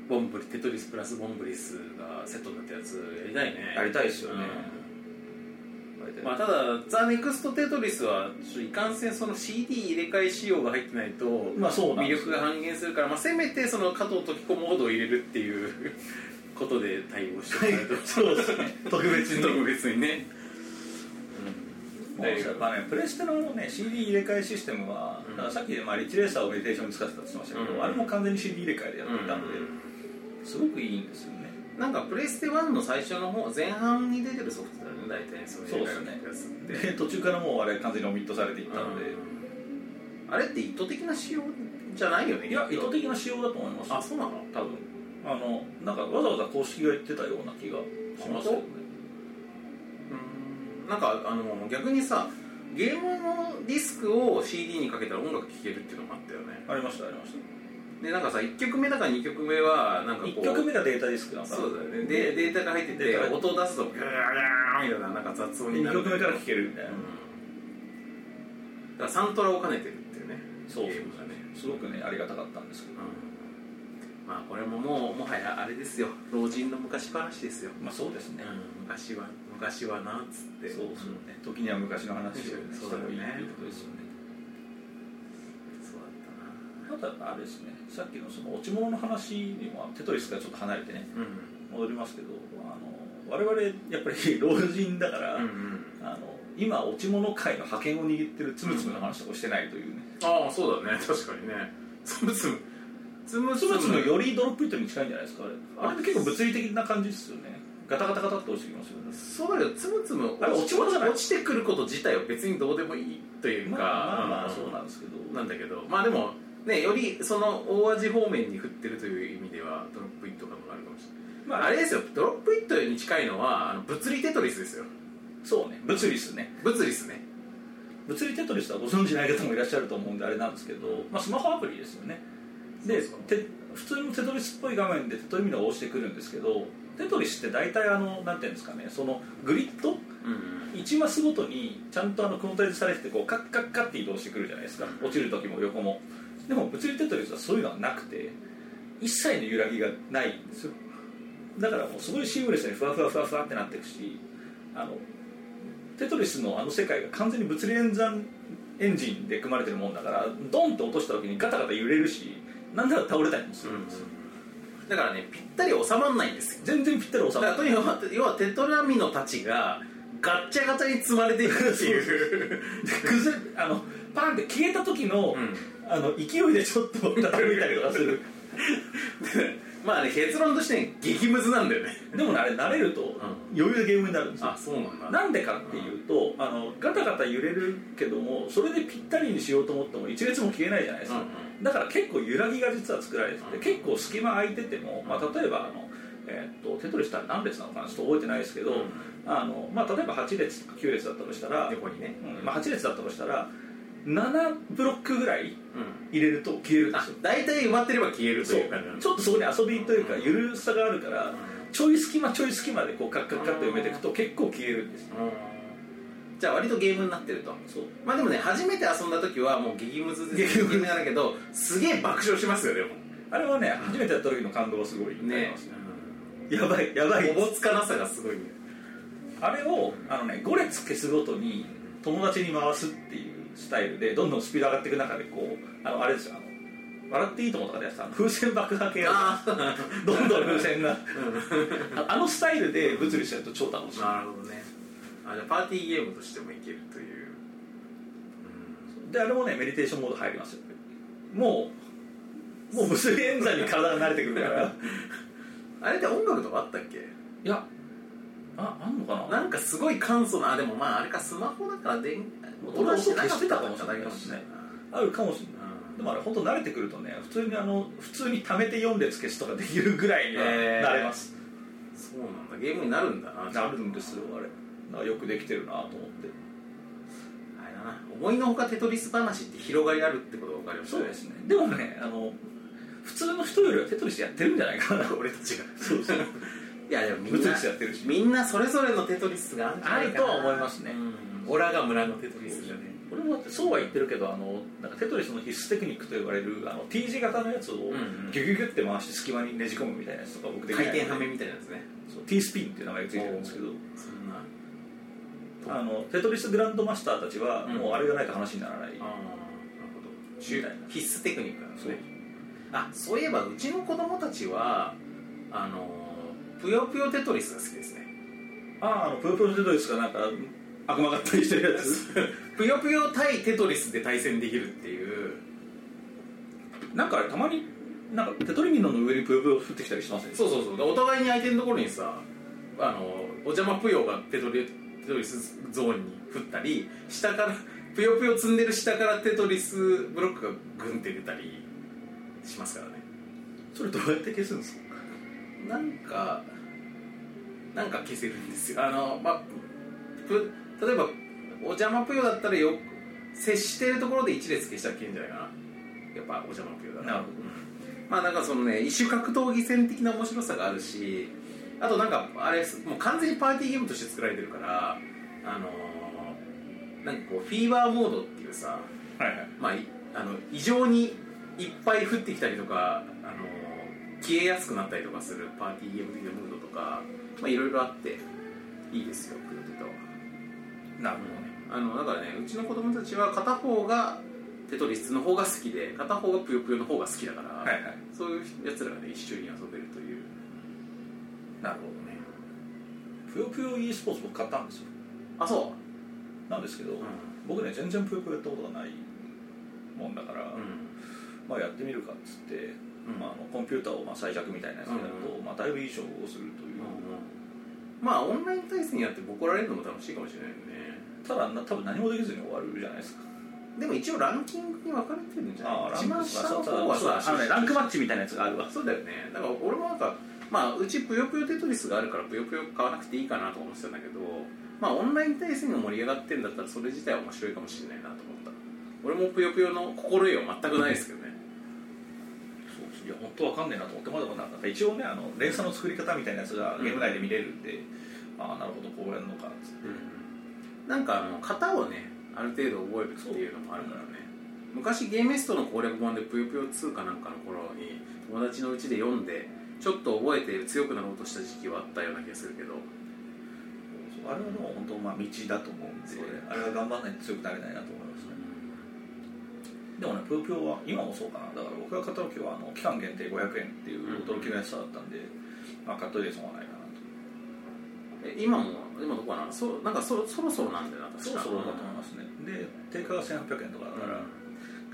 ボンブリテトリスプラスボンブリスがセットになったやつやりたいね。 やりたいですよね、 うん、まあ、ただザ・ネクストテトリスはいかんせんその シーディー 入れ替え仕様が入ってないと魅力が半減するから、まあ、せめてその加藤時子モードを入れるっていうことで対応してもらうとそうですね特別に特別にね、 うん、もうまあね、プレステの、ね、シーディー 入れ替えシステムは、うん、だからさっき、まあ、リッチレーサーをメディテーションに使ってたって言ってましたけど、うん、あれも完全に シーディー 入れ替えでやってたので、うん、すごくいいんですよね。 なんかプレステワンの最初の方前半に出てるソフトだよね、大体そういうやつで、途中からもうあれ完全にオミットされていったので、 うん、あれって意図的な仕様じゃないよね。 いや意図的な仕様だと思います。 あ、そうなの。 多分あのなんかわざわざ公式が言ってたような気がしますけどね。 うん、なんかあの逆にさ、ゲームのディスクを シーディー にかけたら音楽聴けるっていうのもあったよね。 ありましたありました。 でなんかさ、いっきょくめだかにきょくめはなんかこういっきょくめがデータディスクなんかそうだよね。でデータが入ってて音を出すとビャービャーみたいななんか雑音になる。 にきょくめから聴けるみたいな、うん、 だからサントラを兼ねてるっていうね。 そうそうそう、ね、すごくねありがたかったんですけど、うん、 まあこれももうもはやあれですよ、老人の昔話ですよ。 まあそうですね、 うん、昔は昔はなっつって、 そうそうね、時には昔の話をしてもいいっていうことですよね。そうだったな。またあれですね、さっきのその落ち物の話にもテトリスからちょっと離れてね、うん、戻りますけど、あの我々やっぱり老人だから、うんうん、あの今落ち物界の覇権を握ってるつむつむの話とかしてないというね、 うん、ああそうだね、確かにね。つむつむつむつむよりドロップヒットに近いんじゃないですか。あれあれって結構物理的な感じですよね。ガタガタガタって落ちてきますよね。 そうだけどつむつむあれ落ち物じゃない、落ちてくること自体は別にどうでもいいというか、 まあまあまあそうなんですけど、 なんだけど、まあでもね、よりその大味方面に振ってるという意味ではドロップヒット感があるかもしれない。まああれですよ、ドロップヒットに近いのはあの物理テトリスですよ。 そうね、物理っすね。 物理っすね。 物理テトリスはご存知ない方もいらっしゃると思うんであれなんですけど、まあ、スマホアプリですよね。でて普通のテトリスっぽい画面でテトリミナが押してくるんですけど、テトリスって大体あのなんていうんですかね、そのグリッド、うんうん、いちマスごとにちゃんとあのクオンタイズされてこうカッカッカッって移動してくるじゃないですか、落ちる時も横も。でも物理テトリスはそういうのはなくて、一切の揺らぎがないんですよ。だからもうすごいシームレスにふわふわふわふわってなっていくし、あのテトリスのあの世界が完全に物理演算エンジンで組まれてるもんだから、ドンって落とした時にガタガタ揺れるし、なんなら倒れたりもするんですよ、 うん、だからねぴったり収まらないんですよ。 全然ぴったり収まらない。 だからとにかく要はテトラミノたちがガッチャガチャに積まれていくっていう崩あのパンって消えた時の、うん、あの勢いでちょっと傾いたりとかするまあね、結論として、ね、激ムズなんだよね。 でもね、あれ慣れると余裕でゲームになるんですよ。 あ、そうなんだ。 なんでかっていうと、あのガタガタ揺れるけども、それでぴったりにしようと思っても一列も消えないじゃないですか、うんうん、だから結構揺らぎが実は作られてて、うん、結構隙間空いてても、まあ、例えばあの、えー、っとテトリスって何列なのかなちょっと覚えてないですけど、うん、あのまあ、例えばはち列とかきゅう列だったとしたら、 横にね、 うんまあ、はち列だったとしたらななブロックぐらい入れると消えるんですよ。 大体埋まってれば消えるというか、 ちょっとそこに遊びというかゆるさがあるから、ちょい隙間ちょい隙間でこうカッカッカッと埋めていくと結構消えるんですよ。 じゃあ割とゲームになってると。そうまあでもね、初めて遊んだ時はもう激ムズでゲームなんだけど、すげえ爆笑しますよ。でもあれはね、初めてやった時の感動はすごいね。 やばいやばい、 おぼつかなさがすごいね。 あれをあのねご列消すごとに友達に回すっていうスタイルでどんどんスピード上がっていく中で、こうあのあれですよ、あの笑っていいともとかでやってた風船爆破系やどんどん風船があのスタイルで物理してると超楽しい。 なるほどね。あ、じゃあパーティーゲームとしてもいけるという、 うん、であれもねメディテーションモード入りますよ。もうもう物理演算に体が慣れてくるからあれって音楽とかあったっけ？ いや、あ、あんのかな。 なんかすごい簡素な、あでもまああれかスマホだから電音出してなかったかもしれないですね。あるかもしれない、うん、でもあれ本当慣れてくるとね、普通にあの普通に貯めてよん列消すとかできるぐらいにはなれます、 えー、そうなんだ、ゲームになるんだな。 なるんですよ、あれ。なんかよくできてるなと思って。 あれだな、思いのほかテトリス話って広がりあるってことが分かりましたね。 そうですね。でもね、あの普通の人よりはテトリスやってるんじゃないかな俺たちが。 そうそういやでもみんなやってるし、 みんなそれぞれのテトリスがあるんじゃないかな。 あるとは思いますね、 うん、オラが村のテトリスじゃね。 俺もだってそうは言ってるけど、あのなんかテトリスの必須テクニックと言われるあの T 字型のやつをギュギュギュって回して隙間にねじ込むみたいなやつとか僕できない。 回転はめみたいなやつね。 そう T スピンっていう名前がついてるんですけど、 そんなあのテトリスグランドマスターたちはもうあれがないと話にならない、うん、 ああなるほどみたいな必須テクニックなんですね。あ、そういえばうちの子供たちはあのぷよぷよテトリスが好きですね。 ああ、あのぷよぷよテトリスがなんか悪魔がったりしてるやつぷよぷよ対テトリスで対戦できるっていう。 なんかあれたまになんかテトリミノの上にぷよぷよ降ってきたりしますね。 そうそうそう、お互いに相手のところにさ、あのお邪魔ぷよがテトリ、テトリスゾーンに降ったり、下からぷよぷよ積んでる下からテトリスブロックがグンって出たりしますからね。 それどうやって消すんですか？ なんかなんか消せるんですよ。あの、まあ、ぷ例えばお邪魔ぷよだったらよ接してるところで一列消したら消えるんじゃないかな。やっぱお邪魔ぷよだな。 なるほど。 まあなんかそのね、異種格闘技戦的な面白さがあるし、あとなんかあれもう完全にパーティーゲームとして作られてるから、あのー、なんかこうフィーバーモードっていうさ、 はいはい、 まあ、あの異常にいっぱい降ってきたりとか、あのー、消えやすくなったりとかするパーティーゲーム的なムードとか、まあいろいろあっていいですよ、プロテタは。 なるほどね。 あのだからね、うちの子供たちは片方がテトリスの方が好きで片方がぷよぷよの方が好きだから、 はいはい、 そういうやつらがね一緒に遊べるという。 なるほどね。ぷよぷよ e スポーツ僕買ったんですよ。 あ、そうなんですけど、うん、僕ね全然ぷよぷよやったことがないもんだから、うん、まあやってみるかっつって、うん、まあ、あのコンピューターをまあ最弱みたいなやつでやると、うん、まあ、だいぶいい勝負をするという、うんうん、 まあオンライン対戦やってボコられるのも楽しいかもしれないよね。ただ多分何もできずに終わるじゃないですか。 でも一応ランキングに分かれてるんじゃない？一番下の方はさ、 あのね、ランクマッチみたいなやつがあるわ。 そうだよね。だから俺もなんか、まあうちぷよぷよテトリスがあるからぷよぷよ買わなくていいかなと思ってたんだけど、まあオンライン対戦が盛り上がってるんだったらそれ自体は面白いかもしれないなと思った。俺もぷよぷよの心得は全くないですけどね。 そういや本当わかんねえなと思って、まだまだなんか一応ね、あの連鎖の作り方みたいなやつがゲーム内で見れるんで、うん、ああなるほどこうやるのかっつって、 うん、なんかあの型をねある程度覚えるっていうのもあるからね。昔ゲーメストの攻略本でぷよぷよツーかなんかの頃に友達のうちで読んでちょっと覚えて強くなろうとした時期はあったような気がするけど、 あれはでも本当まあ道だと思うんで、あれは頑張らないと強くなれないなと思いますね。でもね、ぷよぷよは今もそうかな。だから僕が買った時はあの期間限定ごひゃくえんっていう驚きのやつだったんで、まあ、買っといて損はないかなと。 え今も今どこかな、そなんか そ, そろそろなんでな、 そろそろだと思いますね。で定価がせんはっぴゃくえんとかだから、うん、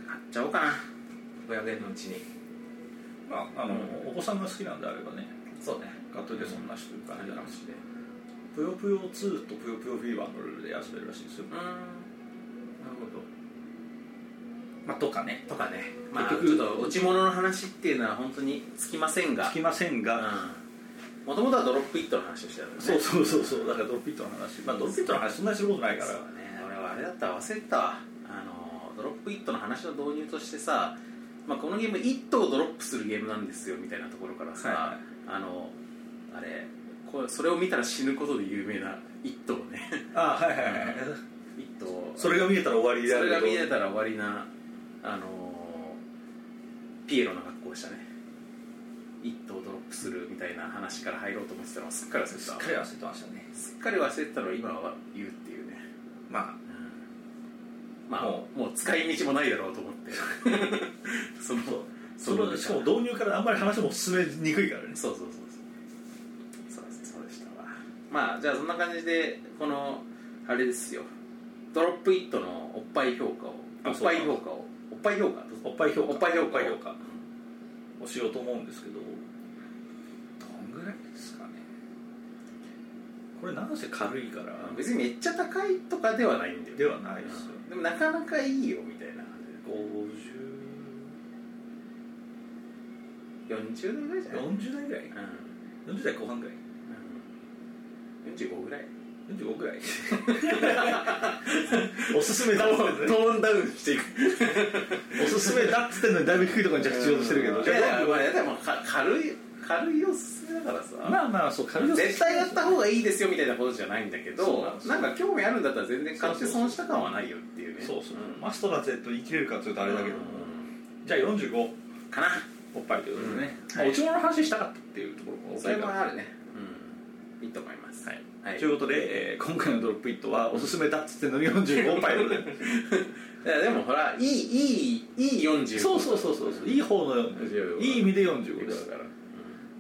買っちゃおうかな、ごひゃくえんのうちに。 まああの、うん、お子さんが好きなんであればね、 そうね、 買っといて損なしという感じじゃなくて、ぷよぷよツーとぷよぷよフィーバーのルールで遊べるらしいですよ。うん、なるほど。 まあ、とかねとかね、まあ、ちょっと落ち物の話っていうのは本当につきませんがつきませんが、 もともとはドロップイットの話をしてたんだよね。 そうそうそうそう、だからドロップイットの話、まあ、ドロップイットの話そんなにすることないから。 そうね、俺はあれだったら忘れてたわ。あのドロップイットの話の導入としてさ、まあ、このゲームいっ頭をドロップするゲームなんですよみたいなところからさ、はい、あのあれこれそれを見たら死ぬことで有名ないっ頭ね。 ああはいはいはい、 いっ頭それが見えたら終わりだ。 それが見えたら終わりな、あのピエロの格好をしたね、一頭ドロップするみたいな話から入ろうと思ってたのをすっかり忘れてた。 すっかり忘れてましたね。 すっかり忘れてたのを今は言うっていうね。 まあ、 うん、まあもう、もう使い道もないだろうと思ってそのそのしかも導入からあんまり話も進めにくいからね。 そうそうそうそうそうそうでしたわ。まあじゃあそんな感じでこのあれですよ、ドロップイットのおっぱい評価をおっぱい評価をおっぱい評価おっぱい評価おっぱい評価評価をしようと思うんですけど、どんぐらいですかね。これなんせ軽いから別にめっちゃ高いとかではないんだよ。 ではないですよ、 うん、でもなかなかいいよみたいな。 ごじゅう、 よんじゅう代ぐらいじゃない？ よんじゅう代ぐらい、うん、よんじゅう代後半ぐらい、 うん、よんじゅうごぐらいよんじゅうごぐらいおすすめだっつってトーンダウンしていくおすすめだっつってんのにだいぶ低いところに着地しようとしてるけど、 いやいや、まあ、でも軽い軽いおすすめだからさ、 まあまあそう軽いおすすめ絶対やった方がいいですよみたいなことじゃないんだけど、な, なんか興味あるんだったら全然買って損した感はないよっていうね。 そうそう、 うん、 マストだぜと言い切れるかというとあれだけども、うん、じゃあよんじゅうごかなおっぱいということでね、 うん、はい、 落ち物の話したかったっていうところもそれもあるね、うん、いいと思います。 はい、 はい、 ということで、えー、今回のドロップイットはおすすめだっつってのによんじゅうごおっぱいでいやでもほらいいいいいいよんじゅうご、 そうそうそうそう、いい方のいい意味でよんじゅうごですだから、うん、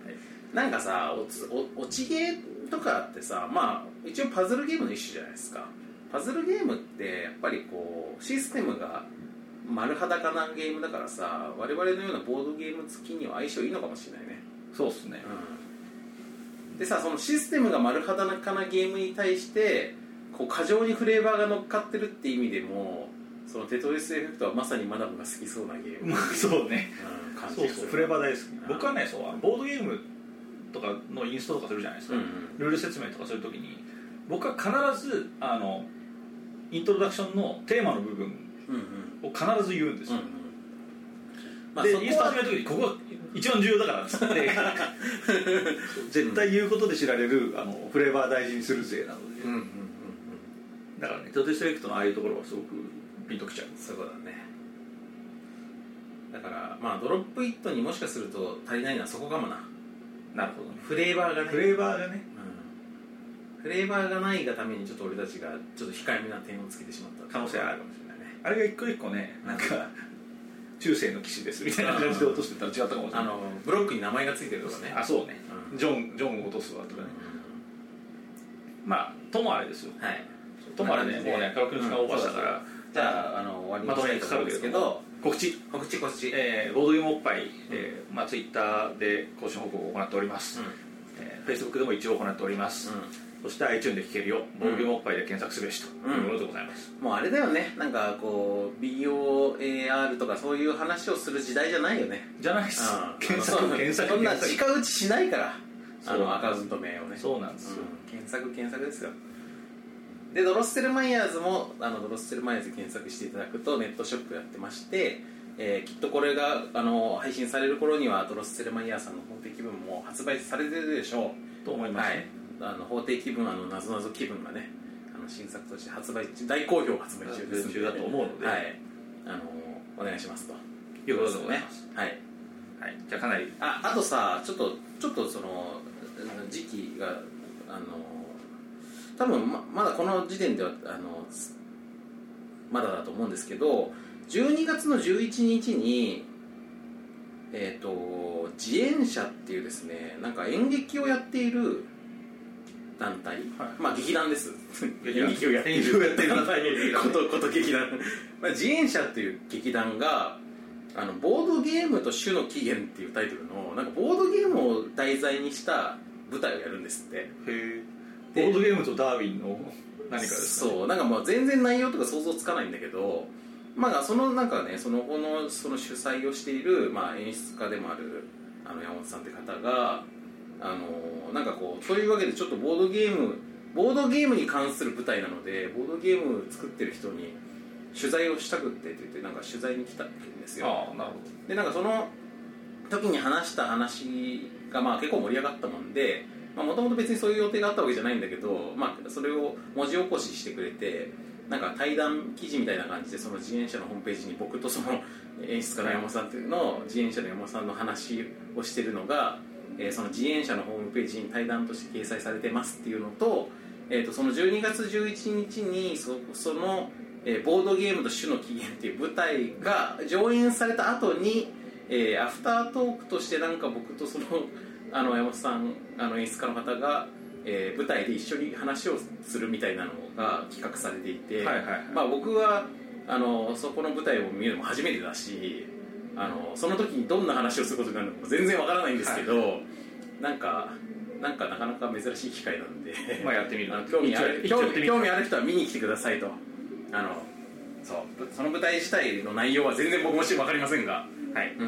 はい、なんかさおつお落ちゲーとかってさ、まあ一応パズルゲームの一種じゃないですか。パズルゲームってやっぱりこうシステムが丸裸なゲームだからさ、我々のようなボードゲーム好きには相性いいのかもしれないね。 そうっすね、 うん、でさ、そのシステムが丸裸なゲームに対してこう過剰にフレーバーが乗っかってるって意味でも、そのテトリスエフェクトはまさにマダムが好きそうなゲーム、 まあそうね、 うん、感じそうそうフレーバー大好き、 うん、 僕はね、そうボードゲームとかのインストとかするじゃないですか、 うんうん、 ルール説明とかするときに僕は必ずあのイントロダクションのテーマの部分を必ず言うんですよ、うんうん、まあ、でインスト始めるときにここが一番重要だからっつって絶対言うことで知られるあのフレーバー大事にするぜなので、うんうんうんうん、だからねテトリスエフェクトのああいうところはすごくピンときちゃう。 そうだね。だからまあドロップイットにもしかすると足りないのはそこかもな。 なるほどね。 フレーバーがね。 フレーバーがね、 うん、フレーバーがないがためにちょっと俺たちがちょっと控えめな点をつけてしまった可能性あるかもしれないね。あれが一個一個ね、なんか中世の騎士ですみたいな感じで落としてたら違ったかもしれない。 あのブロックに名前がついてるとかね。 あ、そうね、うん、ジョンジョンを落とすわとかね、うん、まあともあれですよ。はい。ともあれね、もうねカラオケの時間オーバーしたから、 じゃあ、あの終わりにしたいと思うんですけど、告知告知告知、 えー、ボードゲームおっぱい、えーまあ、ツイッターで更新報告を行っております、うん、えー、Facebook でも一応行っております、うん、そして iTunes で聴けるよ、ボードゲームおっぱいで検索すべしというものでございます、 うん、もうあれだよね、なんかこう ビーオーエーアール とかそういう話をする時代じゃないよね。 じゃないっす、うん、検索検索そんな直打ちしないから、あのアカウント名をね。 そうなんですよ、 うん、検索検索ですよ。でドロッセルマイヤーズもあのドロッセルマイヤーズ検索していただくとネットショップやってまして、えー、きっとこれがあの配信される頃にはドロッセルマイヤーさんの法廷気分も発売されてるでしょうと思います、ね、 はい、あの法廷気分、あのなぞなぞ気分がね、あの新作として発売中、大好評発売中ですので、 中だと思うので、 はい、あのお願いしますということでございます、 はい、 はい、じゃあかなりああとさ、ちょっとちょっとその時期があの多分 ま, まだこの時点ではあのまだだと思うんですけど、じゅうにがつのじゅういちにちにえっ、ー、と自演者っていうですね、なんか演劇をやっている団体、はい、まあ劇団です演劇をやっている団体ことこと劇団まあ自演者っていう劇団があのボードゲームと種の起源っていうタイトルのなんかボードゲームを題材にした舞台をやるんですって。へえ。ボードゲームとダーウィンの何かですか、ね、 そう、なんかもう全然内容とか想像つかないんだけど、まあそのなんかね、その後のその主催をしている、まあ、演出家でもあるあの山本さんって方があのなんかこうそういうわけでちょっとボードゲームボードゲームに関する舞台なのでボードゲーム作ってる人に取材をしたくってって言ってなんか取材に来たんですよ。 ああ、なるほど。 でなんかその時に話した話がまあ結構盛り上がったもんで、もともと別にそういう予定があったわけじゃないんだけど、まあ、それを文字起こししてくれて、なんか対談記事みたいな感じでその自演者のホームページに僕とその演出家の山本さんっていうの自演者の山本さんの話をしてるのが、えー、その自演者のホームページに対談として掲載されてますっていうのと、えー、とそのじゅうにがつじゅういちにちに そ, その、えー、ボードゲームと種の起源っていう舞台が上演された後に、えー、アフタートークとしてなんか僕とそのあの山本さんあの演出家の方が、えー、舞台で一緒に話をするみたいなのが企画されていて、はいはいはい、まあ、僕はあのそこの舞台を見るのも初めてだし、あのその時にどんな話をすることになるのか全然わからないんですけど、はい、なんかなんかなかなか珍しい機会なんでまあやってみる興味ある興味興味ある人は見に来てくださいと。あのそうその舞台自体の内容は全然僕もし分かりませんが、はい、うん、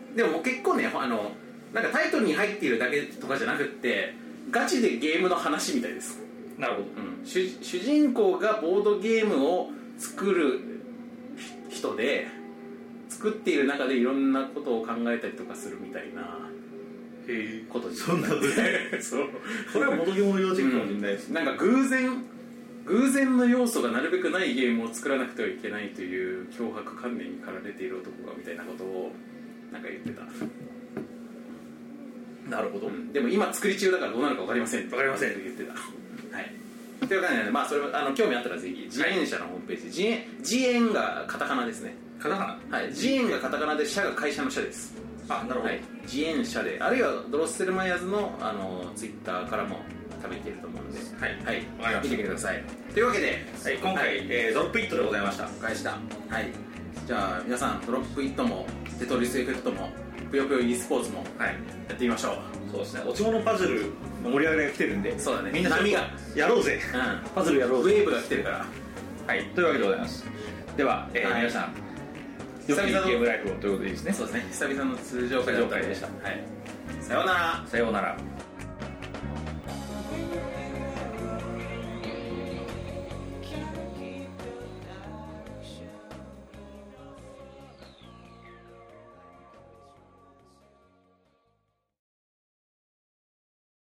でももう結構ね、あのなんかタイトルに入っているだけとかじゃなくってガチでゲームの話みたいです。 なるほど、 うん、主, 主人公がボードゲームを作る人で作っている中でいろんなことを考えたりとかするみたいなことにそんなぐらいそうそれはボドゲモの幼稚園かもしれないです、 うん、なんか偶然偶然の要素がなるべくないゲームを作らなくてはいけないという強迫観念に駆られている男がみたいなことをなんか言ってた。 なるほど、 うん、でも今作り中だからどうなるか分かりません分かりませんって言ってた。はいという感じで、まあ、それあの興味あったらぜひ自演社のホームページ、自演自演がカタカナですね。 カタカナはい自演がカタカナで社が会社の社です。 あなるほど、 はい、自演社であるいはドロッセルマイヤーズのあのツイッターからも食べていると思うので、はい、はい、見てみてください。というわけで、 はい、今回、はいえー、ドロップイットでございました。 お返した。はい。じゃあ皆さんドロップイットもテトリスエフェクトもぷよぷよ e スポーツも、はい、やってみましょう。 そうですね。落ち物パズルの盛り上がりが来てるんで、 そうだね。 みんな波がやろうぜ。 うん、 パズルやろうぜ。 ウェーブが来てるから。 はい。というわけでございます。では、えーはい、皆さん久々のゲームライフをということでいいですね。 そうですね。久々の通常回でした。はい。 さようなら。 さようなら。